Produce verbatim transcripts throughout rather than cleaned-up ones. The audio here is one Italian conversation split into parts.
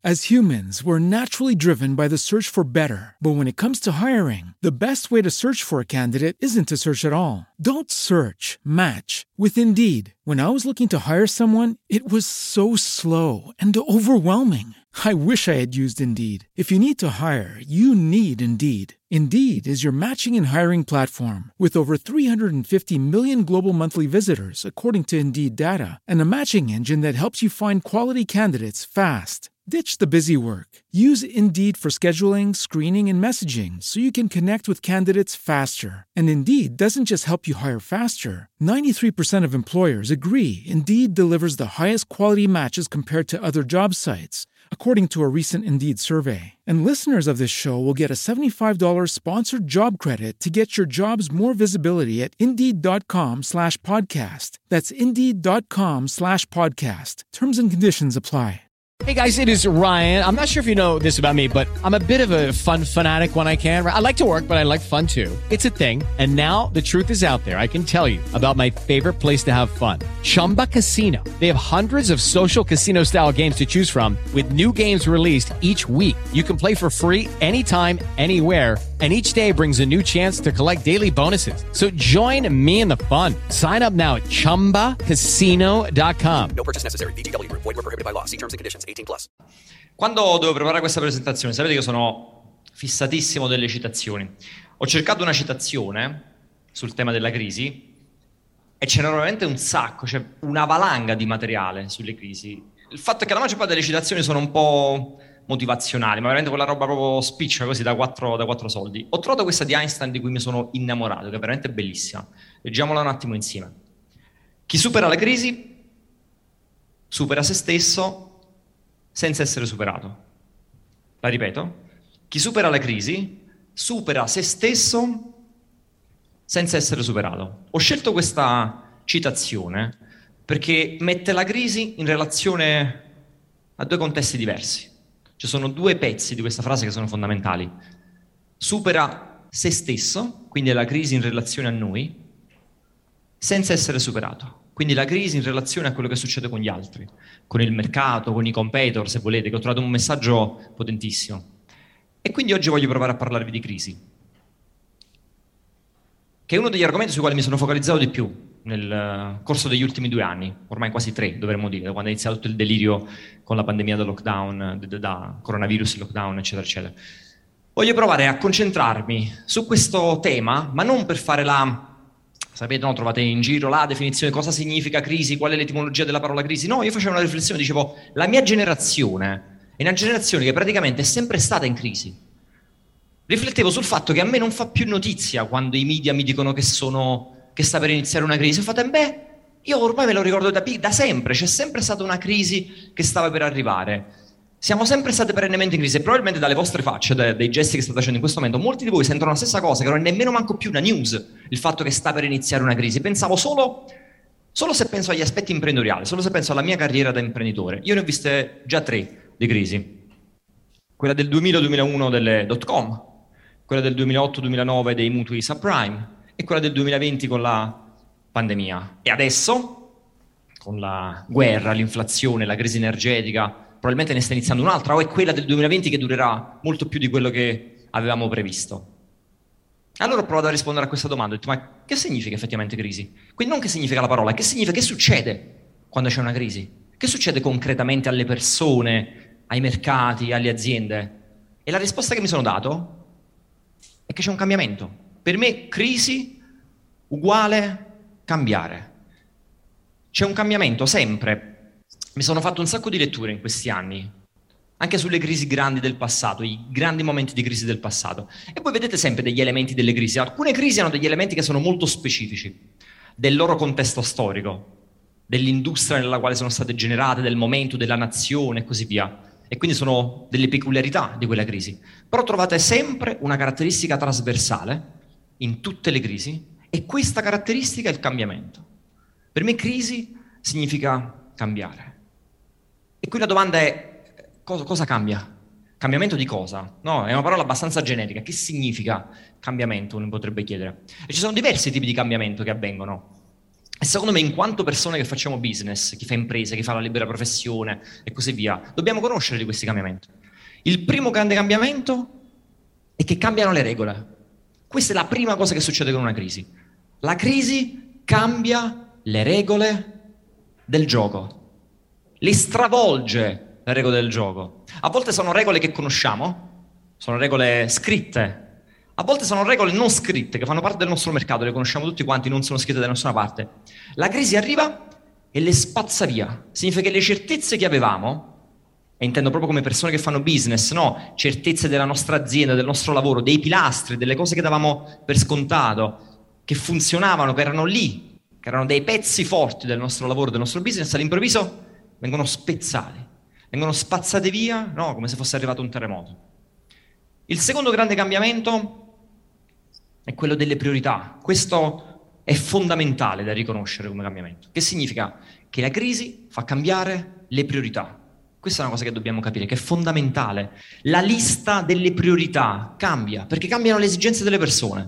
As humans, we're naturally driven by the search for better. But when it comes to hiring, the best way to search for a candidate isn't to search at all. Don't search, match with Indeed. When I was looking to hire someone, it was so slow and overwhelming. I wish I had used Indeed. If you need to hire, you need Indeed. Indeed is your matching and hiring platform with over three hundred fifty million global monthly visitors, according to Indeed data, and a matching engine that helps you find quality candidates fast. Ditch the busy work. Use Indeed for scheduling, screening, and messaging so you can connect with candidates faster. And Indeed doesn't just help you hire faster. ninety-three percent of employers agree Indeed delivers the highest quality matches compared to other job sites, according to a recent Indeed survey. And listeners of this show will get a seventy-five dollars sponsored job credit to get your jobs more visibility at Indeed.com slash podcast. That's Indeed.com slash podcast. Terms and conditions apply. Hey guys, it is Ryan. I'm not sure if you know this about me, but I'm a bit of a fun fanatic when I can. I like to work, but I like fun too. It's a thing. And now the truth is out there. I can tell you about my favorite place to have fun. Chumba Casino. They have hundreds of social casino style games to choose from with new games released each week. You can play for free anytime, anywhere. And each day brings a new chance to collect daily bonuses. So join me in the fun. Sign up now at chumba casino dot com. No purchase necessary. V G W Group. Void where prohibited by law. See terms and conditions. eighteen plus. Quando dovevo preparare questa presentazione, sapete che io sono fissatissimo delle citazioni. Ho cercato una citazione sul tema della crisi e ce n'era veramente un sacco, c'è una valanga di materiale sulle crisi. Il fatto è che la maggior parte delle citazioni sono un po' motivazionali, ma veramente quella roba proprio spiccia così da quattro, da quattro soldi. Ho trovato questa di Einstein di cui mi sono innamorato, che è veramente bellissima. Leggiamola un attimo insieme. Chi supera la crisi supera se stesso senza essere superato. La ripeto. Chi supera la crisi supera se stesso senza essere superato. Ho scelto questa citazione perché mette la crisi in relazione a due contesti diversi. Ci sono due pezzi di questa frase che sono fondamentali. Supera se stesso, quindi la crisi in relazione a noi, senza essere superato. Quindi la crisi in relazione a quello che succede con gli altri, con il mercato, con i competitor, se volete, che ho trovato un messaggio potentissimo. E quindi oggi voglio provare a parlarvi di crisi, che è uno degli argomenti sui quali mi sono focalizzato di più nel corso degli ultimi due anni, ormai quasi tre dovremmo dire, da quando è iniziato tutto il delirio con la pandemia da lockdown, da, da coronavirus, lockdown, eccetera, eccetera. Voglio provare a concentrarmi su questo tema, ma non per fare la... Sapete, no, trovate in giro la definizione cosa significa crisi, qual è l'etimologia della parola crisi. No, io facevo una riflessione, dicevo, la mia generazione è una generazione che praticamente è sempre stata in crisi. Riflettevo sul fatto che a me non fa più notizia quando i media mi dicono che sono che sta per iniziare una crisi. Ho fatto, beh, io ormai me lo ricordo da, da sempre, c'è sempre stata una crisi che stava per arrivare. Siamo sempre state perennemente in crisi e probabilmente dalle vostre facce, dai, dai gesti che state facendo in questo momento, molti di voi sentono la stessa cosa, che non è nemmeno manco più una news, il fatto che sta per iniziare una crisi. Pensavo solo, solo se penso agli aspetti imprenditoriali, solo se penso alla mia carriera da imprenditore. Io ne ho viste già tre di crisi. Quella del duemila duemilauno delle dot com, quella del duemilaotto duemilanove dei mutui subprime e quella del duemilaventi con la pandemia. E adesso, con la guerra, l'inflazione, la crisi energetica, probabilmente ne sta iniziando un'altra, o è quella del duemilaventi che durerà molto più di quello che avevamo previsto. Allora ho provato a rispondere a questa domanda, ho detto, ma che significa effettivamente crisi? Quindi non che significa la parola, che significa, che succede quando c'è una crisi? Che succede concretamente alle persone, ai mercati, alle aziende? E la risposta che mi sono dato è che c'è un cambiamento. Per me crisi uguale cambiare. C'è un cambiamento sempre. Mi sono fatto un sacco di letture in questi anni, anche sulle crisi grandi del passato, i grandi momenti di crisi del passato. E voi vedete sempre degli elementi delle crisi. Alcune crisi hanno degli elementi che sono molto specifici del loro contesto storico, dell'industria nella quale sono state generate, del momento, della nazione e così via. E quindi sono delle peculiarità di quella crisi. Però trovate sempre una caratteristica trasversale in tutte le crisi, e questa caratteristica è il cambiamento. Per me crisi significa cambiare. E qui la domanda è, cosa, cosa cambia? Cambiamento di cosa? No, è una parola abbastanza generica. Che significa cambiamento? Uno potrebbe chiedere. E ci sono diversi tipi di cambiamento che avvengono. E secondo me, in quanto persone che facciamo business, chi fa imprese, chi fa la libera professione e così via, dobbiamo conoscere di questi cambiamenti. Il primo grande cambiamento è che cambiano le regole. Questa è la prima cosa che succede con una crisi. La crisi cambia le regole del gioco, le stravolge le regole del gioco. A volte sono regole che conosciamo, sono regole scritte. A volte sono regole non scritte, che fanno parte del nostro mercato, le conosciamo tutti quanti, non sono scritte da nessuna parte. La crisi arriva e le spazza via. Significa che le certezze che avevamo, e intendo proprio come persone che fanno business, no? Certezze della nostra azienda, del nostro lavoro, dei pilastri, delle cose che davamo per scontato, che funzionavano, che erano lì, che erano dei pezzi forti del nostro lavoro, del nostro business, all'improvviso vengono spezzati, vengono spazzate via, no? Come se fosse arrivato un terremoto. Il secondo grande cambiamento è quello delle priorità. Questo è fondamentale da riconoscere come cambiamento. Che significa? Che la crisi fa cambiare le priorità. Questa è una cosa che dobbiamo capire, che è fondamentale. La lista delle priorità cambia, perché cambiano le esigenze delle persone.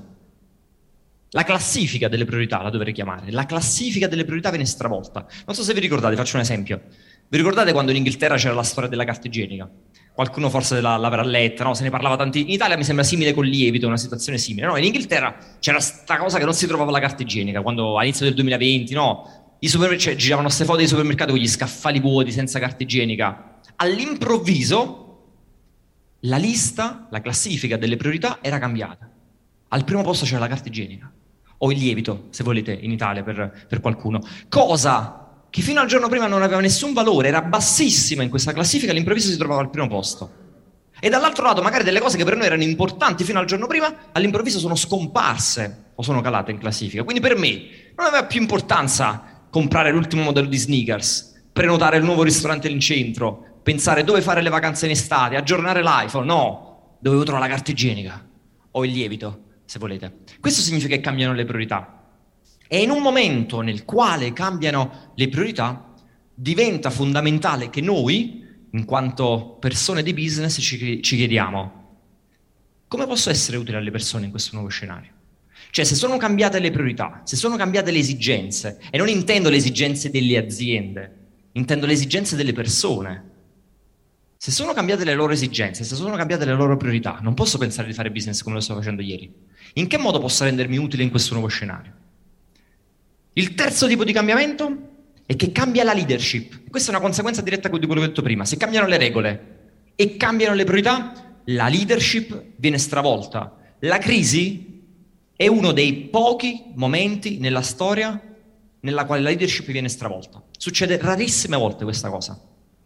La classifica delle priorità la dovrei chiamare. La classifica delle priorità viene stravolta. Non so se vi ricordate, faccio un esempio. Vi ricordate quando in Inghilterra c'era la storia della carta igienica? Qualcuno forse l'avrà letta, no? Se ne parlava tanti. In Italia mi sembra simile con il lievito, una situazione simile. No? In Inghilterra c'era sta cosa che non si trovava la carta igienica, quando all'inizio del duemilaventi, no? I supermer- cioè, giravano queste foto dei supermercati con gli scaffali vuoti, senza carta igienica. All'improvviso la lista, la classifica delle priorità era cambiata. Al primo posto c'era la carta igienica, o il lievito, se volete, in Italia per, per qualcuno. Cosa che fino al giorno prima non aveva nessun valore, era bassissima in questa classifica, all'improvviso si trovava al primo posto. E dall'altro lato magari delle cose che per noi erano importanti fino al giorno prima, all'improvviso sono scomparse o sono calate in classifica. Quindi per me non aveva più importanza comprare l'ultimo modello di sneakers, prenotare il nuovo ristorante in centro, pensare dove fare le vacanze in estate, aggiornare l'iPhone. No, dovevo trovare la carta igienica o il lievito, se volete. Questo significa che cambiano le priorità. E in un momento nel quale cambiano le priorità, diventa fondamentale che noi, in quanto persone di business, ci, ci chiediamo: come posso essere utile alle persone in questo nuovo scenario? Cioè, se sono cambiate le priorità, se sono cambiate le esigenze, e non intendo le esigenze delle aziende, intendo le esigenze delle persone. Se sono cambiate le loro esigenze, se sono cambiate le loro priorità, non posso pensare di fare business come lo stavo facendo ieri. In che modo posso rendermi utile in questo nuovo scenario? Il terzo tipo di cambiamento è che cambia la leadership. Questa è una conseguenza diretta di quello che ho detto prima. Se cambiano le regole e cambiano le priorità, la leadership viene stravolta. La crisi è uno dei pochi momenti nella storia nella quale la leadership viene stravolta. Succede rarissime volte questa cosa.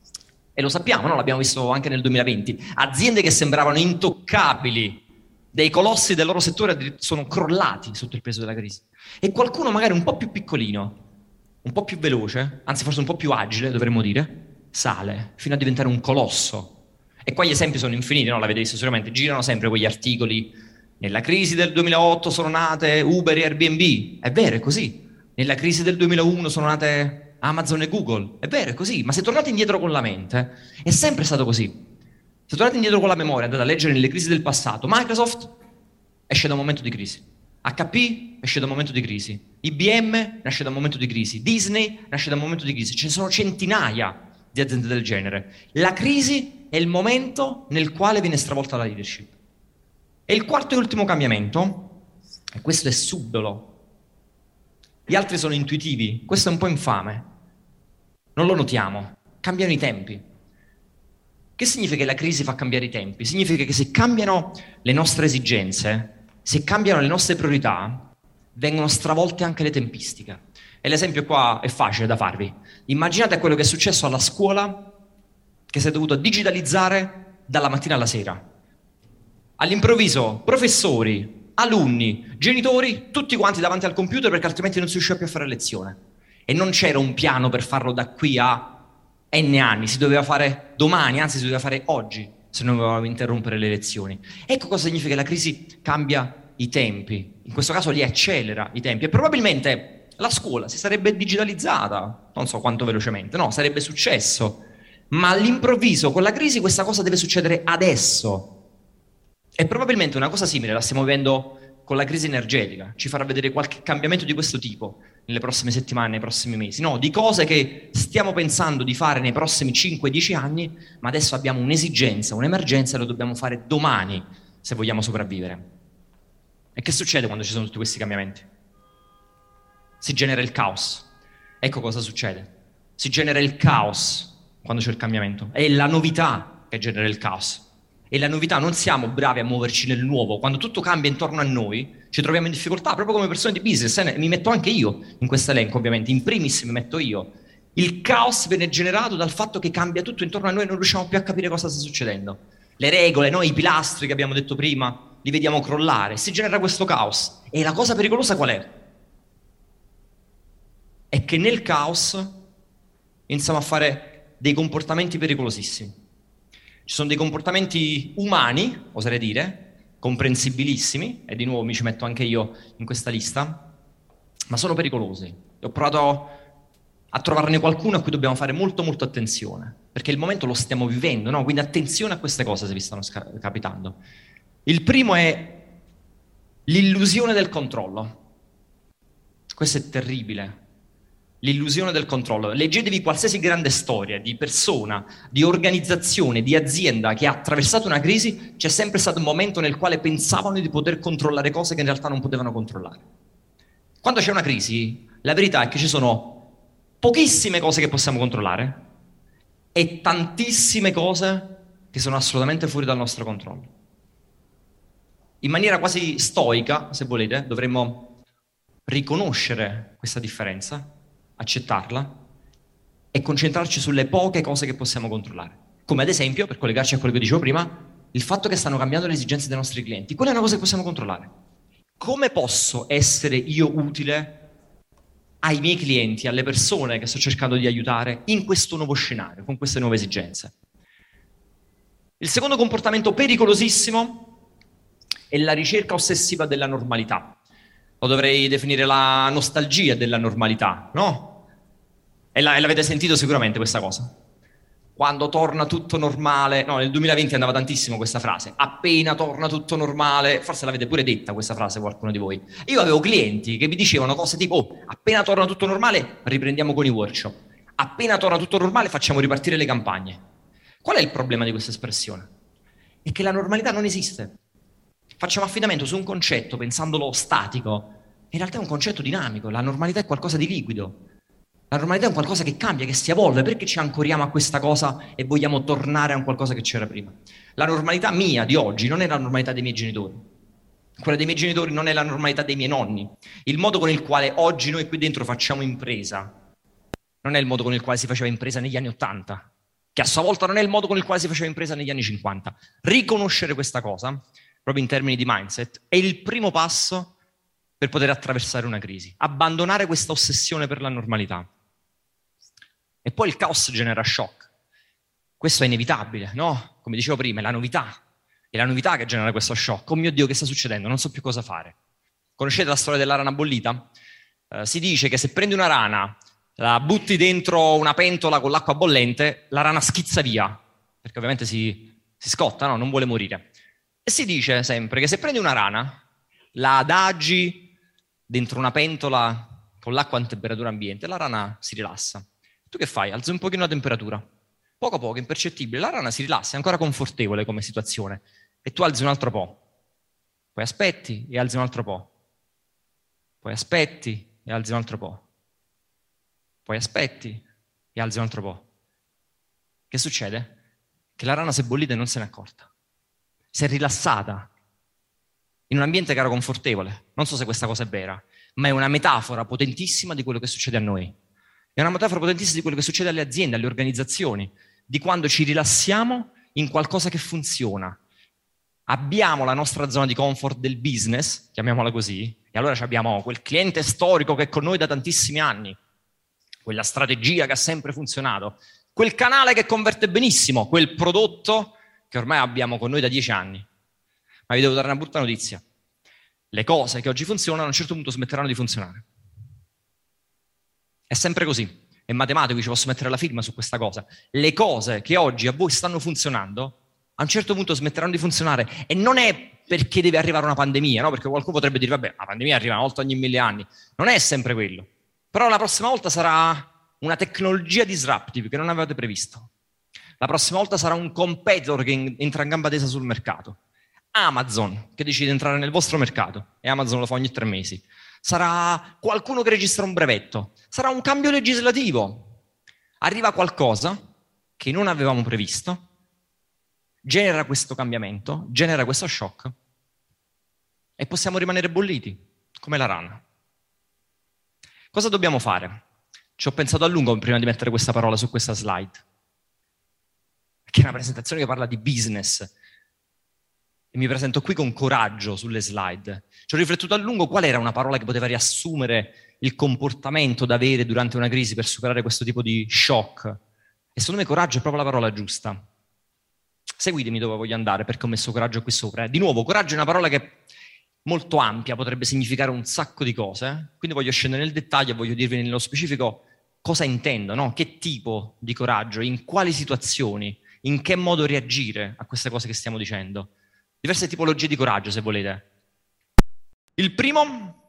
E lo sappiamo, no? L'abbiamo visto anche nel duemilaventi. Aziende che sembravano intoccabili, dei colossi del loro settore, sono crollati sotto il peso della crisi. E qualcuno magari un po' più piccolino, un po' più veloce, anzi forse un po' più agile, dovremmo dire, sale fino a diventare un colosso. E qua gli esempi sono infiniti, no? L'avete visto sicuramente, girano sempre quegli articoli. Nella crisi del duemilaotto sono nate Uber e Airbnb. È vero, è così. Nella crisi del duemilauno sono nate Amazon e Google. È vero, è così. Ma se tornate indietro con la mente, è sempre stato così. Se tornate indietro con la memoria, andate a leggere nelle crisi del passato, Microsoft esce da un momento di crisi, H P esce da un momento di crisi, I B M nasce da un momento di crisi, Disney nasce da un momento di crisi. Ce ne sono centinaia di aziende del genere. La crisi è il momento nel quale viene stravolta la leadership. E il quarto e ultimo cambiamento, e questo è subdolo, gli altri sono intuitivi, questo è un po' infame, non lo notiamo, cambiano i tempi. Che significa che la crisi fa cambiare i tempi? Significa che se cambiano le nostre esigenze, se cambiano le nostre priorità, vengono stravolte anche le tempistiche. E l'esempio qua è facile da farvi. Immaginate quello che è successo alla scuola, che si è dovuto digitalizzare dalla mattina alla sera. All'improvviso, professori, alunni, genitori, tutti quanti davanti al computer perché altrimenti non si riusciva più a fare lezione. E non c'era un piano per farlo da qui a N anni, si doveva fare domani, anzi si doveva fare oggi, se non dovevamo interrompere le lezioni. Ecco cosa significa che la crisi cambia i tempi, in questo caso li accelera i tempi, e probabilmente la scuola si sarebbe digitalizzata, non so quanto velocemente, no, sarebbe successo, ma all'improvviso con la crisi questa cosa deve succedere adesso. E probabilmente una cosa simile la stiamo vivendo con la crisi energetica, ci farà vedere qualche cambiamento di questo tipo nelle prossime settimane, nei prossimi mesi. No, di cose che stiamo pensando di fare nei prossimi cinque dieci anni, ma adesso abbiamo un'esigenza, un'emergenza e lo dobbiamo fare domani se vogliamo sopravvivere. E che succede quando ci sono tutti questi cambiamenti? Si genera il caos. Ecco cosa succede. Si genera il caos quando c'è il cambiamento. È la novità che genera il caos. E la novità, non siamo bravi a muoverci nel nuovo. Quando tutto cambia intorno a noi, ci troviamo in difficoltà, proprio come persone di business. Eh, mi metto anche io in questo elenco, ovviamente. In primis mi metto io. Il caos viene generato dal fatto che cambia tutto intorno a noi e non riusciamo più a capire cosa sta succedendo. Le regole, noi i pilastri che abbiamo detto prima, li vediamo crollare. Si genera questo caos. E la cosa pericolosa qual è? È che nel caos iniziamo a fare dei comportamenti pericolosissimi. Ci sono dei comportamenti umani, oserei dire, comprensibilissimi, e di nuovo mi ci metto anche io in questa lista, ma sono pericolosi. E ho provato a trovarne qualcuno a cui dobbiamo fare molto molto attenzione, perché il momento lo stiamo vivendo, no? Quindi attenzione a queste cose se vi stanno sca- capitando. Il primo è l'illusione del controllo. Questo è terribile. L'illusione del controllo. Leggetevi qualsiasi grande storia di persona, di organizzazione, di azienda che ha attraversato una crisi, c'è sempre stato un momento nel quale pensavano di poter controllare cose che in realtà non potevano controllare. Quando c'è una crisi, la verità è che ci sono pochissime cose che possiamo controllare e tantissime cose che sono assolutamente fuori dal nostro controllo. In maniera quasi stoica, se volete, dovremmo riconoscere questa differenza, accettarla e concentrarci sulle poche cose che possiamo controllare. Come ad esempio, per collegarci a quello che dicevo prima, il fatto che stanno cambiando le esigenze dei nostri clienti. Quella è una cosa che possiamo controllare. Come posso essere io utile ai miei clienti, alle persone che sto cercando di aiutare in questo nuovo scenario, con queste nuove esigenze? Il secondo comportamento pericolosissimo è la ricerca ossessiva della normalità. Lo dovrei definire la nostalgia della normalità, no? E, la, e l'avete sentito sicuramente questa cosa. Quando torna tutto normale, no, nel duemilaventi andava tantissimo questa frase, appena torna tutto normale, forse l'avete pure detta questa frase qualcuno di voi. Io avevo clienti che mi dicevano cose tipo, oh, appena torna tutto normale riprendiamo con i workshop, appena torna tutto normale facciamo ripartire le campagne. Qual è il problema di questa espressione? È che la normalità non esiste. Facciamo affidamento su un concetto pensandolo statico, in realtà è un concetto dinamico, la normalità è qualcosa di liquido. La normalità è un qualcosa che cambia, che si evolve, perché ci ancoriamo a questa cosa e vogliamo tornare a un qualcosa che c'era prima? La normalità mia di oggi non è la normalità dei miei genitori, quella dei miei genitori non è la normalità dei miei nonni. Il modo con il quale oggi noi qui dentro facciamo impresa non è il modo con il quale si faceva impresa negli anni Ottanta, che a sua volta non è il modo con il quale si faceva impresa negli anni cinquanta. Riconoscere questa cosa, proprio in termini di mindset, è il primo passo per poter attraversare una crisi. Abbandonare questa ossessione per la normalità. E poi il caos genera shock. Questo è inevitabile, no? Come dicevo prima, è la novità. È la novità che genera questo shock. Oh mio Dio, che sta succedendo? Non so più cosa fare. Conoscete la storia della rana bollita? Eh, si dice che se prendi una rana, la butti dentro una pentola con l'acqua bollente, la rana schizza via, perché ovviamente si, si scotta, no? Non vuole morire. E si dice sempre che se prendi una rana, la adagi dentro una pentola con l'acqua a temperatura ambiente, la rana si rilassa. Tu che fai? Alzi un pochino la temperatura. Poco a poco, impercettibile. La rana si rilassa, è ancora confortevole come situazione. E tu alzi un altro po'. Poi aspetti e alzi un altro po'. Poi aspetti e alzi un altro po'. Poi aspetti e alzi un altro po'. Che succede? Che la rana si è bollita e non se n'è accorta. Si è rilassata in un ambiente che era confortevole. Non so se questa cosa è vera, ma è una metafora potentissima di quello che succede a noi. È una metafora potentissima di quello che succede alle aziende, alle organizzazioni, di quando ci rilassiamo in qualcosa che funziona. Abbiamo la nostra zona di comfort del business, chiamiamola così, e allora abbiamo quel cliente storico che è con noi da tantissimi anni, quella strategia che ha sempre funzionato, quel canale che converte benissimo, quel prodotto che ormai abbiamo con noi da dieci anni. Ma vi devo dare una brutta notizia. Le cose che oggi funzionano a un certo punto smetteranno di funzionare. È sempre così. È matematico, ci posso mettere la firma su questa cosa. Le cose che oggi a voi stanno funzionando, a un certo punto smetteranno di funzionare. E non è perché deve arrivare una pandemia, no? Perché qualcuno potrebbe dire, vabbè, la pandemia arriva una volta ogni mille anni. Non è sempre quello. Però la prossima volta sarà una tecnologia disruptive che non avevate previsto. La prossima volta sarà un competitor che entra in gamba tesa sul mercato. Amazon, che decide di entrare nel vostro mercato, e Amazon lo fa ogni tre mesi. Sarà qualcuno che registra un brevetto. Sarà un cambio legislativo. Arriva qualcosa che non avevamo previsto, genera questo cambiamento, genera questo shock, e possiamo rimanere bolliti, come la rana. Cosa dobbiamo fare? Ci ho pensato a lungo prima di mettere questa parola su questa slide, che è una presentazione che parla di business, e mi presento qui con coraggio sulle slide. Ci ho riflettuto a lungo qual era una parola che poteva riassumere il comportamento da avere durante una crisi per superare questo tipo di shock, e secondo me coraggio è proprio la parola giusta. Seguitemi dove voglio andare, perché ho messo coraggio qui sopra. Di nuovo, coraggio è una parola che è molto ampia, potrebbe significare un sacco di cose, quindi voglio scendere nel dettaglio e voglio dirvi nello specifico cosa intendo, no? Che tipo di coraggio, in quali situazioni, in che modo reagire a queste cose che stiamo dicendo. Diverse tipologie di coraggio, se volete. Il primo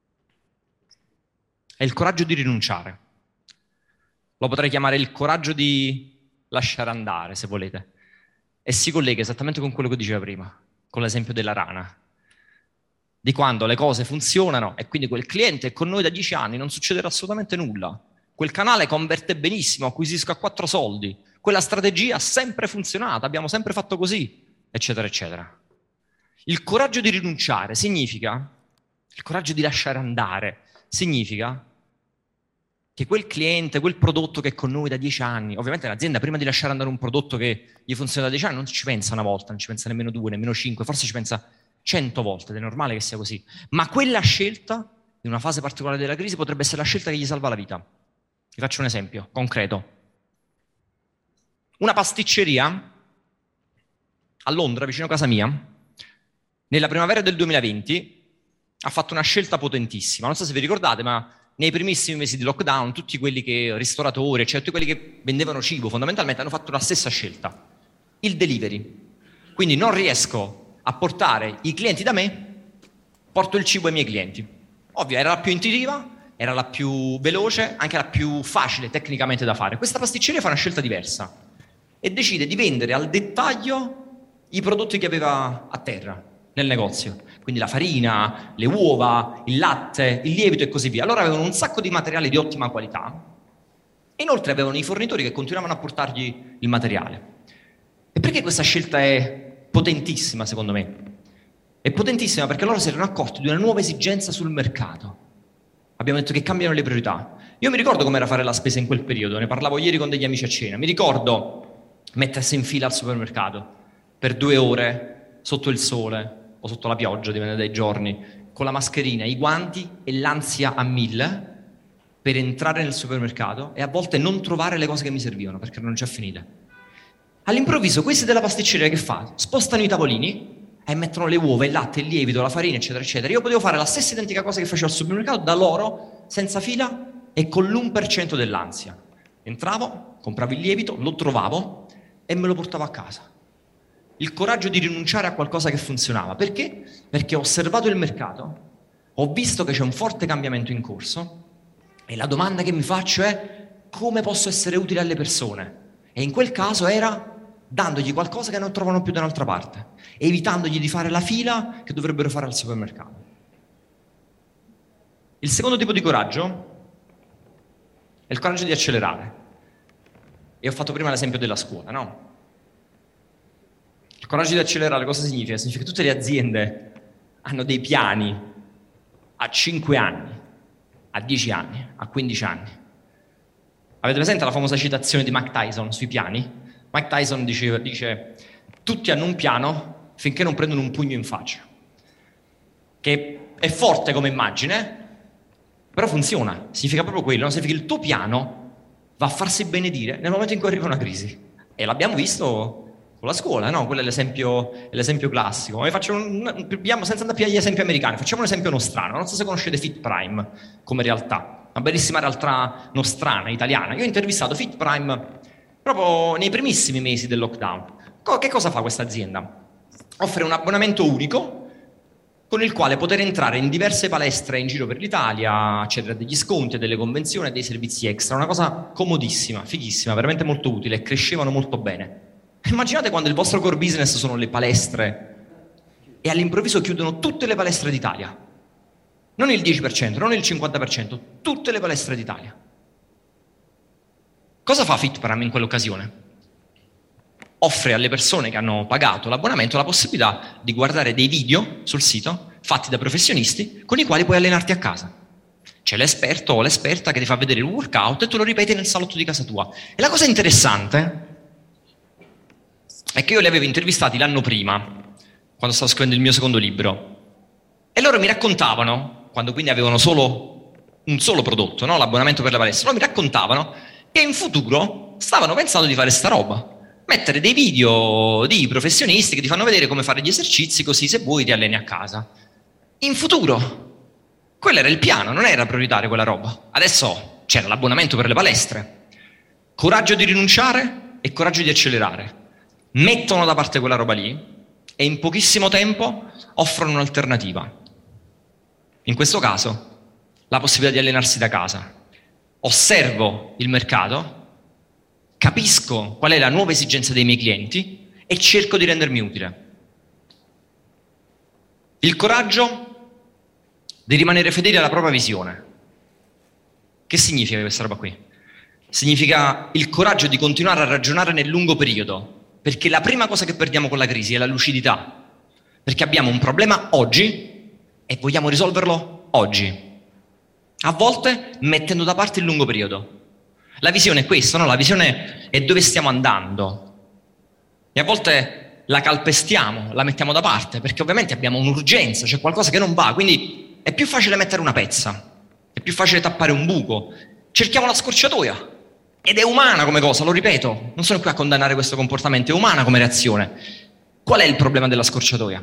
è il coraggio di rinunciare. Lo potrei chiamare il coraggio di lasciare andare, se volete. E si collega esattamente con quello che dicevo prima, con l'esempio della rana. Di quando le cose funzionano e quindi quel cliente è con noi da dieci anni, non succederà assolutamente nulla. Quel canale converte benissimo, acquisisco a quattro soldi. Quella strategia ha sempre funzionato, abbiamo sempre fatto così, eccetera, eccetera. Il coraggio di rinunciare significa, il coraggio di lasciare andare, significa che quel cliente, quel prodotto che è con noi da dieci anni, ovviamente l'azienda prima di lasciare andare un prodotto che gli funziona da dieci anni non ci pensa una volta, non ci pensa nemmeno due, nemmeno cinque, forse ci pensa cento volte, ed è normale che sia così. Ma quella scelta, in una fase particolare della crisi, potrebbe essere la scelta che gli salva la vita. Vi faccio un esempio concreto. Una pasticceria a Londra, vicino a casa mia, nella primavera del duemilaventi ha fatto una scelta potentissima. Non so se vi ricordate, ma nei primissimi mesi di lockdown, tutti quelli che, ristoratori, cioè tutti quelli che vendevano cibo, fondamentalmente hanno fatto la stessa scelta. Il delivery. Quindi non riesco a portare i clienti da me, porto il cibo ai miei clienti. Ovvio, era la più intuitiva, era la più veloce, anche la più facile tecnicamente da fare. Questa pasticceria fa una scelta diversa e decide di vendere al dettaglio i prodotti che aveva a terra nel negozio. Quindi la farina, le uova, il latte, il lievito e così via. Allora avevano un sacco di materiale di ottima qualità e inoltre avevano i fornitori che continuavano a portargli il materiale. E perché questa scelta è potentissima, secondo me? È potentissima perché loro si erano accorti di una nuova esigenza sul mercato. Abbiamo detto che cambiano le priorità. Io mi ricordo com'era fare la spesa in quel periodo, ne parlavo ieri con degli amici a cena. Mi ricordo mettersi in fila al supermercato per due ore sotto il sole o sotto la pioggia, dipende dai giorni, con la mascherina, i guanti e l'ansia a mille per entrare nel supermercato e a volte non trovare le cose che mi servivano perché non c'è finite. All'improvviso questi della pasticceria che fa? Spostano i tavolini e mettono le uova, il latte, il lievito, la farina, eccetera, eccetera. Io potevo fare la stessa identica cosa che facevo al supermercato da loro, senza fila e con l'uno per cento dell'ansia. Entravo, compravo il lievito, lo trovavo e me lo portavo a casa. Il coraggio di rinunciare a qualcosa che funzionava. Perché? Perché ho osservato il mercato, ho visto che c'è un forte cambiamento in corso e la domanda che mi faccio è come posso essere utile alle persone? E in quel caso era dandogli qualcosa che non trovano più da un'altra parte, evitandogli di fare la fila che dovrebbero fare al supermercato. Il secondo tipo di coraggio è il coraggio di accelerare. E ho fatto prima l'esempio della scuola, no? Il coraggio di accelerare cosa significa? Significa che tutte le aziende hanno dei piani a cinque anni, a dieci anni, a quindici anni. Avete presente la famosa citazione di Mike Tyson sui piani? Mike Tyson dice, dice tutti hanno un piano finché non prendono un pugno in faccia. Che è forte come immagine, però funziona. Significa proprio quello, no? Significa che il tuo piano va a farsi benedire nel momento in cui arriva una crisi. E l'abbiamo visto con la scuola, no? Quello è l'esempio, è l'esempio classico. E faccio un, un, senza andare più agli esempi americani, facciamo un esempio nostrano. Non so se conoscete Fit Prime come realtà, una bellissima realtà nostrana, italiana. Io ho intervistato Fit Prime proprio nei primissimi mesi del lockdown. Co- che cosa fa questa azienda? offre un abbonamento unico con il quale poter entrare in diverse palestre in giro per l'Italia, accedere a degli sconti, a delle convenzioni, a dei servizi extra. Una cosa comodissima, fighissima, veramente molto utile, e crescevano molto bene. Immaginate quando il vostro core business sono le palestre e all'improvviso chiudono tutte le palestre d'Italia. Non il dieci per cento, non il cinquanta per cento, tutte le palestre d'Italia. Cosa fa Fitparam in quell'occasione? Offre alle persone che hanno pagato l'abbonamento la possibilità di guardare dei video sul sito fatti da professionisti con i quali puoi allenarti a casa. C'è l'esperto o l'esperta che ti fa vedere il workout e tu lo ripeti nel salotto di casa tua. E la cosa interessante è che io li avevo intervistati l'anno prima, quando stavo scrivendo il mio secondo libro, e loro mi raccontavano, quando quindi avevano solo un solo prodotto, no? L'abbonamento per la palestra, loro mi raccontavano che in futuro stavano pensando di fare sta roba. Mettere dei video di professionisti che ti fanno vedere come fare gli esercizi, così se vuoi ti alleni a casa. In futuro, quello era il piano, non era prioritaria quella roba. Adesso c'era l'abbonamento per le palestre. Coraggio di rinunciare e coraggio di accelerare. Mettono da parte quella roba lì e in pochissimo tempo offrono un'alternativa. In questo caso, la possibilità di allenarsi da casa. Osservo il mercato, capisco qual è la nuova esigenza dei miei clienti e cerco di rendermi utile. Il coraggio di rimanere fedeli alla propria visione. Che significa questa roba qui? Significa il coraggio di continuare a ragionare nel lungo periodo, perché la prima cosa che perdiamo con la crisi è la lucidità, perché abbiamo un problema oggi e vogliamo risolverlo oggi, a volte mettendo da parte il lungo periodo. La visione è questa, no? La visione è dove stiamo andando. E a volte la calpestiamo, la mettiamo da parte, perché ovviamente abbiamo un'urgenza, c'è qualcosa che non va, quindi è più facile mettere una pezza, è più facile tappare un buco. Cerchiamo la scorciatoia. Ed è umana come cosa, lo ripeto, non sono qui a condannare questo comportamento, è umana come reazione. Qual è il problema della scorciatoia?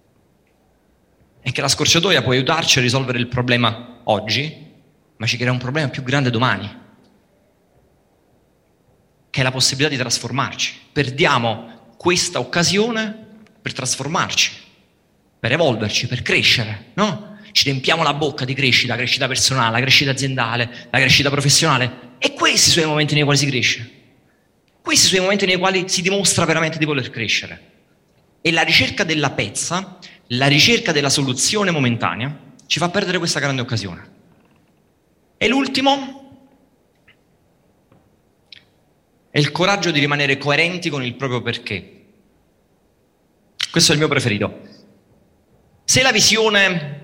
È che la scorciatoia può aiutarci a risolvere il problema oggi, ma ci crea un problema più grande domani, che è la possibilità di trasformarci. Perdiamo questa occasione per trasformarci, per evolverci, per crescere, no? Ci riempiamo la bocca di crescita, la crescita personale, la crescita aziendale, la crescita professionale, e questi sono i momenti nei quali si cresce. Questi sono i momenti nei quali si dimostra veramente di voler crescere. E la ricerca della pezza, la ricerca della soluzione momentanea, ci fa perdere questa grande occasione. E l'ultimo è il coraggio di rimanere coerenti con il proprio perché. Questo è il mio preferito. Se la visione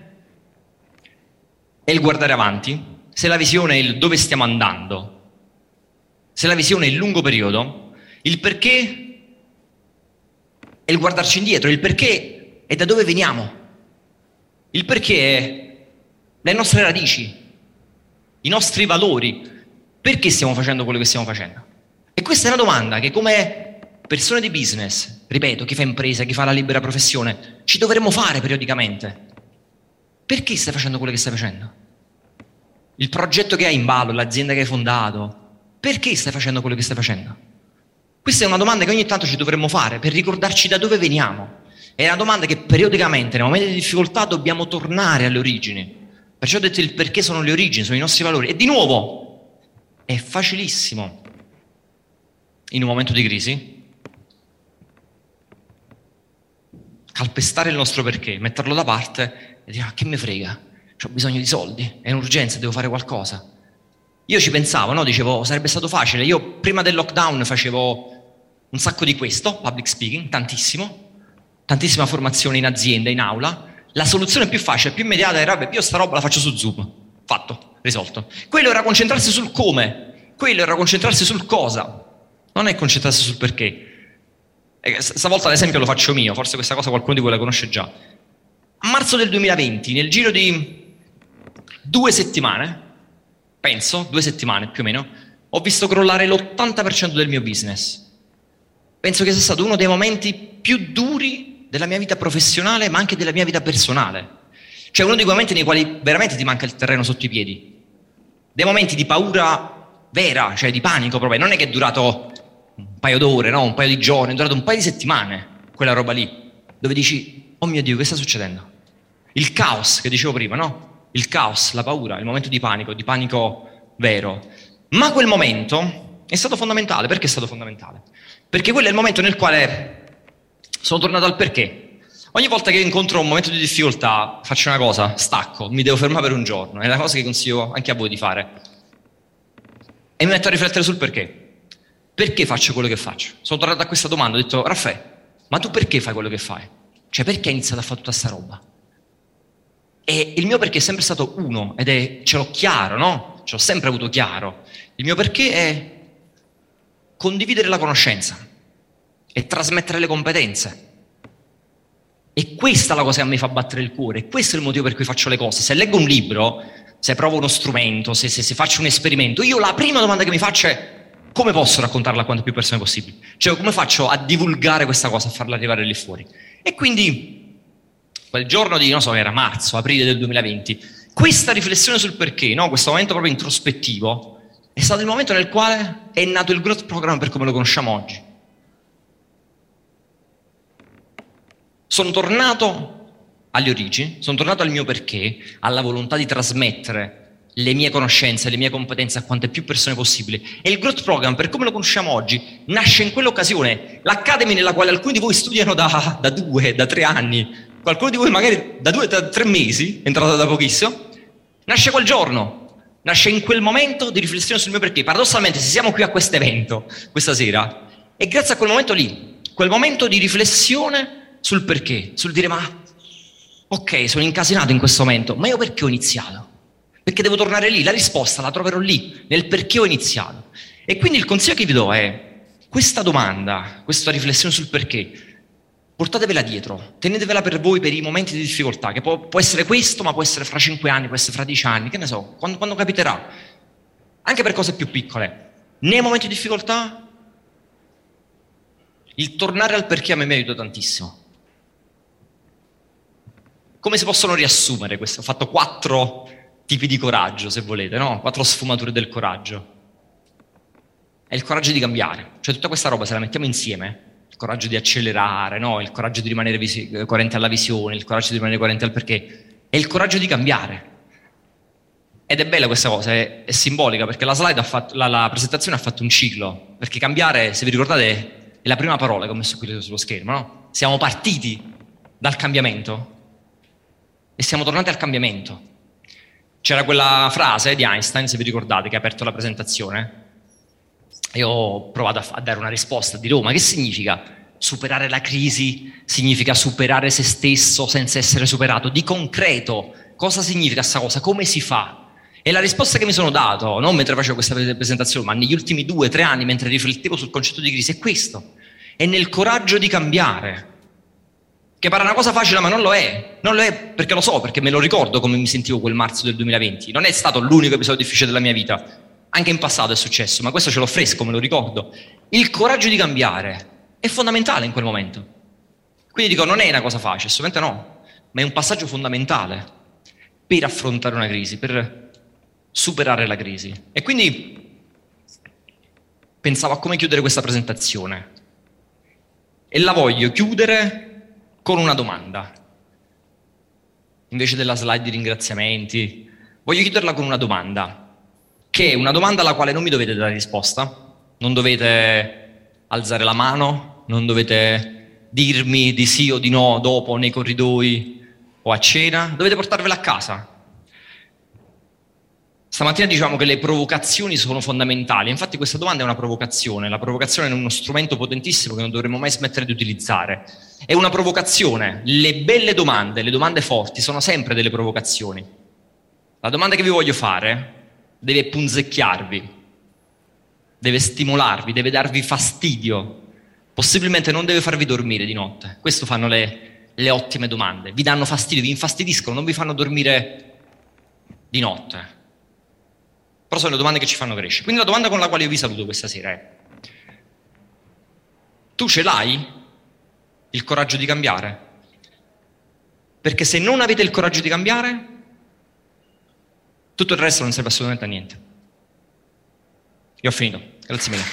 è il guardare avanti, se la visione è il dove stiamo andando, se la visione è il lungo periodo, il perché è il guardarci indietro, il perché è da dove veniamo, il perché è le nostre radici, i nostri valori, perché stiamo facendo quello che stiamo facendo. E questa è una domanda che come persone di business, ripeto, chi fa impresa, chi fa la libera professione, ci dovremmo fare periodicamente. Perché stai facendo quello che stai facendo? Il progetto che hai in ballo, l'azienda che hai fondato, perché stai facendo quello che stai facendo? Questa è una domanda che ogni tanto ci dovremmo fare per ricordarci da dove veniamo. È una domanda che periodicamente, nei momenti di difficoltà, dobbiamo tornare alle origini. Perciò ho detto il perché sono le origini, sono i nostri valori. E di nuovo, è facilissimo in un momento di crisi calpestare il nostro perché, metterlo da parte e dire: ah, che me frega, ho bisogno di soldi, è un'urgenza, devo fare qualcosa. Io ci pensavo, no? Dicevo, sarebbe stato facile. Io prima del lockdown facevo un sacco di questo, public speaking, tantissimo, tantissima formazione in azienda, in aula. La soluzione più facile, più immediata era: beh, io sta roba la faccio su Zoom. Fatto, risolto. Quello era concentrarsi sul come, quello era concentrarsi sul cosa, non è concentrarsi sul perché. E stavolta l'esempio lo faccio mio, forse questa cosa qualcuno di voi la conosce già. A marzo del duemilaventi, nel giro di due settimane, penso, due settimane più o meno, ho visto crollare l'ottanta per cento del mio business. Penso che sia stato uno dei momenti più duri della mia vita professionale, ma anche della mia vita personale. Cioè uno di quei momenti nei quali veramente ti manca il terreno sotto i piedi. Dei momenti di paura vera, cioè di panico proprio. Non è che è durato un paio d'ore, no? Un paio di giorni, è durato un paio di settimane quella roba lì. dove dici, oh mio Dio, che sta succedendo? Il caos che dicevo prima, no? Il caos, la paura, il momento di panico, di panico vero. Ma quel momento è stato fondamentale. Perché è stato fondamentale? Perché quello è il momento nel quale sono tornato al perché. Ogni volta che incontro un momento di difficoltà, faccio una cosa, stacco, mi devo fermare per un giorno. È una cosa che consiglio anche a voi di fare. E mi metto a riflettere sul perché. Perché faccio quello che faccio? Sono tornato a questa domanda, ho detto, Raffaele, ma tu perché fai quello che fai? Cioè, perché hai iniziato a fare tutta sta roba? E il mio perché è sempre stato uno, ed è, ce l'ho chiaro, no? Ce l'ho sempre avuto chiaro. Il mio perché è condividere la conoscenza e trasmettere le competenze. E questa è la cosa che a me fa battere il cuore, e questo è il motivo per cui faccio le cose. Se leggo un libro, se provo uno strumento, se, se, se faccio un esperimento, io la prima domanda che mi faccio è come posso raccontarla a quante più persone possibili? Cioè, come faccio a divulgare questa cosa, a farla arrivare lì fuori? E quindi quel giorno di, non so, era marzo, aprile del duemilaventi, questa riflessione sul perché, no? Questo momento proprio introspettivo, è stato il momento nel quale è nato il Growth Program per come lo conosciamo oggi. Sono tornato alle origini, sono tornato al mio perché, alla volontà di trasmettere le mie conoscenze, le mie competenze a quante più persone possibile. E il Growth Program, per come lo conosciamo oggi, nasce in quell'occasione. L'Academy nella quale alcuni di voi studiano da, da due, da tre anni, qualcuno di voi magari da due, da tre mesi, è entrato da pochissimo, nasce quel giorno, nasce in quel momento di riflessione sul mio perché. Paradossalmente, se siamo qui a questo evento, questa sera, è grazie a quel momento lì, quel momento di riflessione sul perché, sul dire ma ok, sono incasinato in questo momento, ma io perché ho iniziato? Perché devo tornare lì, la risposta la troverò lì, nel perché ho iniziato. E quindi il consiglio che vi do è questa domanda, questa riflessione sul perché, portatevela dietro, tenetevela per voi per i momenti di difficoltà, che può, può essere questo, ma può essere fra cinque anni, può essere fra dieci anni, che ne so, quando, quando capiterà. Anche per cose più piccole. Nei momenti di difficoltà, il tornare al perché a me mi aiuta tantissimo. Come si possono riassumere questo? Ho fatto quattro tipi di coraggio, se volete, no? Quattro sfumature del coraggio. È il coraggio di cambiare. Cioè tutta questa roba, se la mettiamo insieme, il coraggio di accelerare, no? Il coraggio di rimanere visi- coerente alla visione, il coraggio di rimanere coerente al perché, è il coraggio di cambiare. Ed è bella questa cosa, è, è simbolica, perché la slide ha fatto, la, la presentazione ha fatto un ciclo, perché cambiare, se vi ricordate, è la prima parola che ho messo qui sullo schermo, no? Siamo partiti dal cambiamento e siamo tornati al cambiamento. C'era quella frase di Einstein, se vi ricordate, che ha aperto la presentazione. Io ho provato a, a dare una risposta, a dire, oh, ma che significa superare la crisi? Significa superare se stesso senza essere superato? Di concreto, cosa significa questa cosa? Come si fa? E la risposta che mi sono dato, non mentre facevo questa presentazione, ma negli ultimi due, tre anni, mentre riflettevo sul concetto di crisi, è questo. È nel coraggio di cambiare. Che pare una cosa facile, ma non lo è. Non lo è perché lo so, perché me lo ricordo come mi sentivo quel marzo del duemilaventi. Non è stato l'unico episodio difficile della mia vita. Anche in passato è successo, ma questo ce l'ho fresco, me lo ricordo. Il coraggio di cambiare è fondamentale in quel momento. Quindi dico, non è una cosa facile, assolutamente no, ma è un passaggio fondamentale per affrontare una crisi, per superare la crisi. E quindi pensavo a come chiudere questa presentazione. E la voglio chiudere con una domanda. Invece della slide di ringraziamenti, voglio chiuderla con una domanda, che è una domanda alla quale non mi dovete dare risposta, non dovete alzare la mano, non dovete dirmi di sì o di no dopo nei corridoi o a cena, dovete portarvela a casa. Stamattina diciamo che le provocazioni sono fondamentali, infatti questa domanda è una provocazione, la provocazione è uno strumento potentissimo che non dovremmo mai smettere di utilizzare. È una provocazione, le belle domande, le domande forti sono sempre delle provocazioni. La domanda che vi voglio fare deve punzecchiarvi, deve stimolarvi, deve darvi fastidio, possibilmente non deve farvi dormire di notte. Questo fanno le, le ottime domande, vi danno fastidio, vi infastidiscono, non vi fanno dormire di notte. Però sono le domande che ci fanno crescere. Quindi la domanda con la quale io vi saluto questa sera è: tu ce l'hai il coraggio di cambiare? Perché se non avete il coraggio di cambiare, tutto il resto non serve assolutamente a niente. Io ho finito, grazie mille.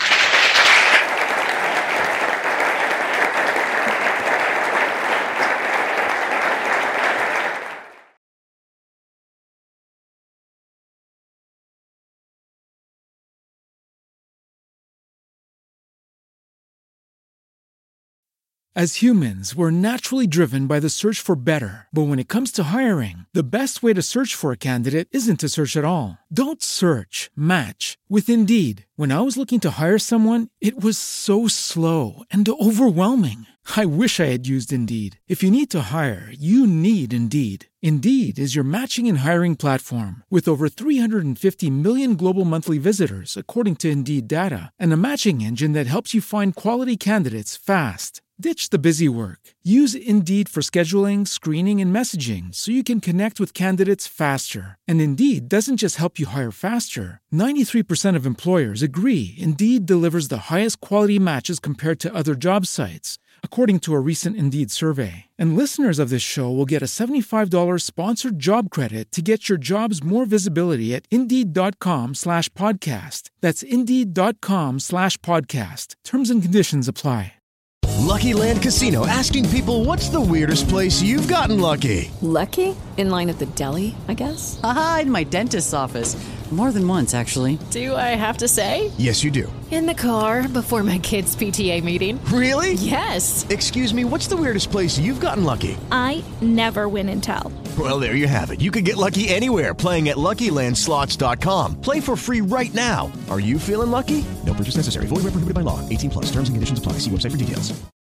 As humans, we're naturally driven by the search for better. But when it comes to hiring, the best way to search for a candidate isn't to search at all. Don't search, match with Indeed. When I was looking to hire someone, it was so slow and overwhelming. I wish I had used Indeed. If you need to hire, you need Indeed. Indeed is your matching and hiring platform with over three hundred fifty million global monthly visitors, according to Indeed data, and a matching engine that helps you find quality candidates fast. Ditch the busy work. Use Indeed for scheduling, screening, and messaging so you can connect with candidates faster. And Indeed doesn't just help you hire faster. ninety-three percent of employers agree Indeed delivers the highest quality matches compared to other job sites, according to a recent Indeed survey. And listeners of this show will get a seventy-five dollars sponsored job credit to get your jobs more visibility at Indeed.com slash podcast. That's Indeed.com slash podcast. Terms and conditions apply. Lucky Land Casino, asking people, what's the weirdest place you've gotten lucky? Lucky? In line at the deli, I guess? Aha, in my dentist's office. More than once, actually. Do I have to say? Yes, you do. In the car before my kids' P T A meeting. Really? Yes. Excuse me, what's the weirdest place you've gotten lucky? I never win and tell. Well, there you have it. You can get lucky anywhere, playing at Lucky Land Slots dot com. Play for free right now. Are you feeling lucky? No purchase necessary. Void where prohibited by law. eighteen plus. Terms and conditions apply. See website for details.